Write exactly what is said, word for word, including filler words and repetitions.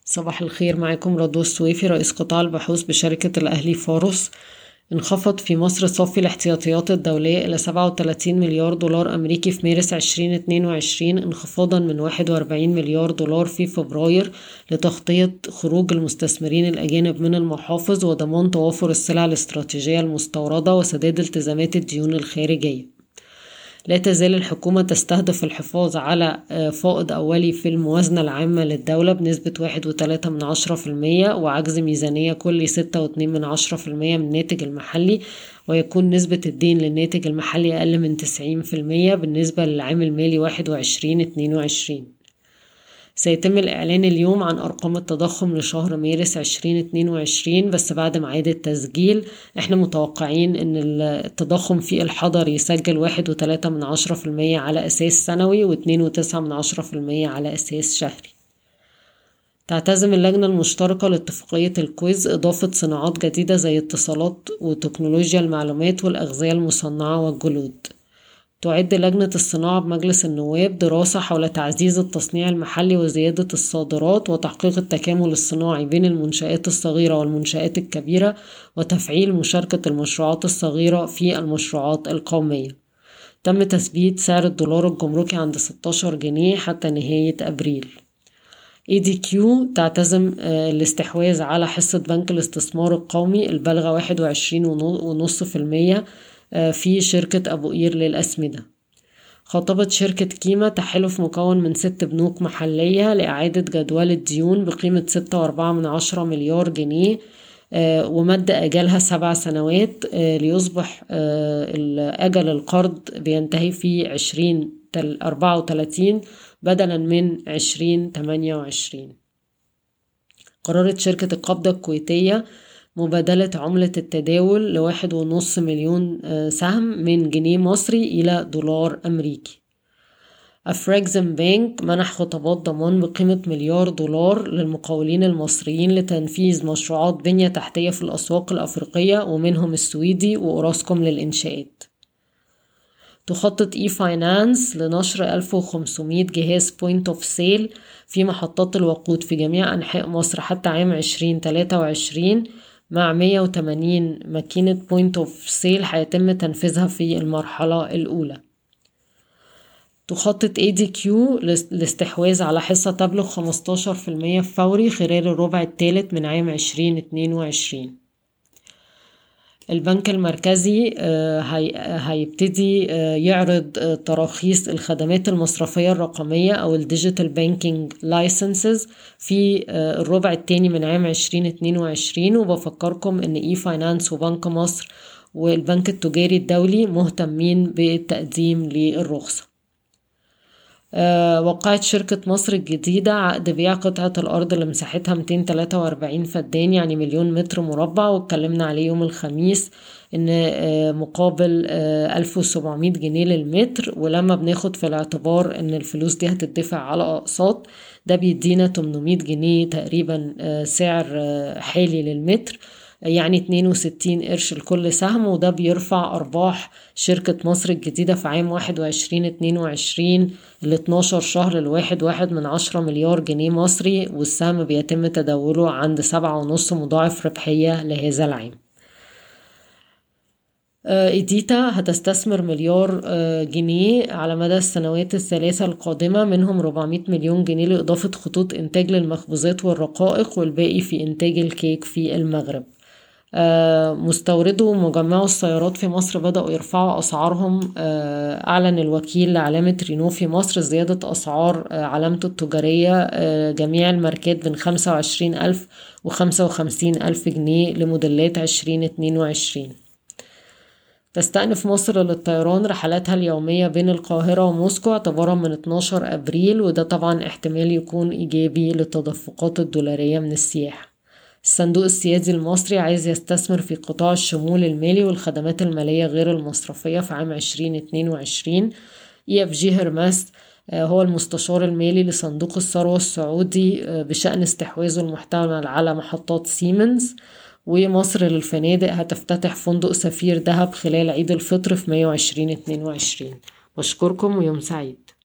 صباح الخير، معاكم رضوى السويفي رئيس قطاع البحوث بشركة الأهلي فارس. انخفض في مصر صافي الاحتياطيات الدولية إلى سبعة وثلاثين مليار دولار أمريكي في مارس ألفين واثنين وعشرين، انخفاضا من واحد وأربعين مليار دولار في فبراير، لتغطية خروج المستثمرين الأجانب من المحافظ وضمان توافر السلع الاستراتيجية المستوردة وسداد التزامات الديون الخارجية. لا تزال الحكومة تستهدف الحفاظ على فائض أولي في الموازنة العامة للدولة بنسبة واحد وثلاثة من عشرة في المية، وعجز ميزانية كلي ستة واثنين من عشرة في المية من الناتج المحلي، ويكون نسبة الدين للناتج المحلي أقل من تسعين في المية بالنسبة للعام المالي واحد وعشرين اتنين وعشرين. سيتم الإعلان اليوم عن أرقام التضخم لشهر مارس ألفين واثنين وعشرين، بس بعد ميعاد التسجيل. احنا متوقعين ان التضخم في الحضر يسجل واحد وثلاثة من عشرة في المية على أساس سنوي واثنين وتسعة من عشرة في المية على أساس شهري. تعتزم اللجنة المشتركة لاتفاقية الكويز إضافة صناعات جديدة زي اتصالات وتكنولوجيا المعلومات والأغذية المصنعة والجلود. تعد لجنة الصناعة بمجلس النواب دراسة حول تعزيز التصنيع المحلي وزيادة الصادرات وتحقيق التكامل الصناعي بين المنشآت الصغيرة والمنشآت الكبيرة، وتفعيل مشاركة المشروعات الصغيرة في المشروعات القومية. تم تثبيت سعر الدولار الجمركي عند ستة عشر جنيه حتى نهاية أبريل. إيه دي كيو تعتزم الاستحواذ على حصة بنك الاستثمار القومي البالغة واحد وعشرين ونص في المية في شركة أبو قير للأسمدة. خاطبت شركة كيما تحالف مكون من ست بنوك محلية لإعادة جدول الديون بقيمة ستة وأربعة من عشرة مليار جنيه، ومد أجلها سبع سنوات ليصبح أجل القرض بينتهي في عشرين أربعة وثلاثين بدلا من عشرين ثمانية وعشرين. قررت شركة القبضة الكويتية مبادلة عملة التداول لواحد ونص مليون سهم من جنيه مصري إلى دولار أمريكي. أفراكزم بانك منح خطابات ضمان بقيمة مليار دولار للمقاولين المصريين لتنفيذ مشروعات بنية تحتية في الأسواق الأفريقية ومنهم السويدي وأوراسكوم للإنشاءات. تخطط إي فاينانس لنشر ألف وخمسمائة جهاز بوينت اوف سيل في محطات الوقود في جميع أنحاء مصر حتى عام عشرين ثلاثة وعشرين، مع مية وثمانين ماكينة بوينت اوف سيل هيتم تنفيذها في المرحلة الأولى. تخطط إيه دي كيو الاستحواذ على حصة تبلغ خمستاشر في المية فوري خلال الربع الثالث من عام عشرين اثنين وعشرين. البنك المركزي هيبتدي يعرض تراخيص الخدمات المصرفية الرقمية أو الديجيتال بانكينج لايسنسز في الربع الثاني من عام عشرين اثنين وعشرين، وبفكركم إن إي فاينانس وبنك مصر والبنك التجاري الدولي مهتمين بالتقديم للرخصة. أه وقعت شركة مصر الجديدة عقد بيع قطعة الأرض اللي مساحتها مئتين وثلاثة وأربعين فدان يعني مليون متر مربع، واتكلمنا عليه يوم الخميس إن أه مقابل أه ألف وسبعمائة جنيه للمتر، ولما بناخد في الاعتبار إن الفلوس دي هتدفع على أقساط ده بيدينا ثمانمائة جنيه تقريبا أه سعر أه حالي للمتر، يعني اثنين وستين قرش لكل سهم، وده بيرفع أرباح شركة مصر الجديدة في عام واحد وعشرين اثنين وعشرين ل اتناشر شهر لواحد واحد من عشرة مليار جنيه مصري، والسهم بيتم تداوله عند سبعة ونص مضاعف ربحية لهذا العام. إيديتا هتستثمر مليار جنيه على مدى السنوات الثلاثة القادمة، منهم أربعمائة مليون جنيه لإضافة خطوط إنتاج للمخبوزات والرقائق، والباقي في إنتاج الكيك في المغرب. مستوردو مجمعو السيارات في مصر بدأوا يرفعوا أسعارهم. أعلن الوكيل لعلامة رينو في مصر زيادة أسعار علامته التجارية جميع الماركات بين خمسة وعشرين ألف وخمسة وخمسين ألف جنيه لموديلات عشرين اتنين وعشرين. تستأنف مصر للطيران رحلاتها اليومية بين القاهرة وموسكو اعتبارا من اتناشر أبريل، وده طبعا احتمال يكون إيجابي للتدفقات الدولارية من السياحة. الصندوق السيادي المصري عايز يستثمر في قطاع الشمول المالي والخدمات المالية غير المصرفية في عام عشرين اثنين وعشرين. إي إف جي هرمس هو المستشار المالي لصندوق الثروة السعودي بشأن استحواذه المحتمل على محطات سيمنز. ومصر للفنادق هتفتتح فندق سفير دهب خلال عيد الفطر في مايو عشرين اثنين وعشرين. بشكركم ويوم سعيد.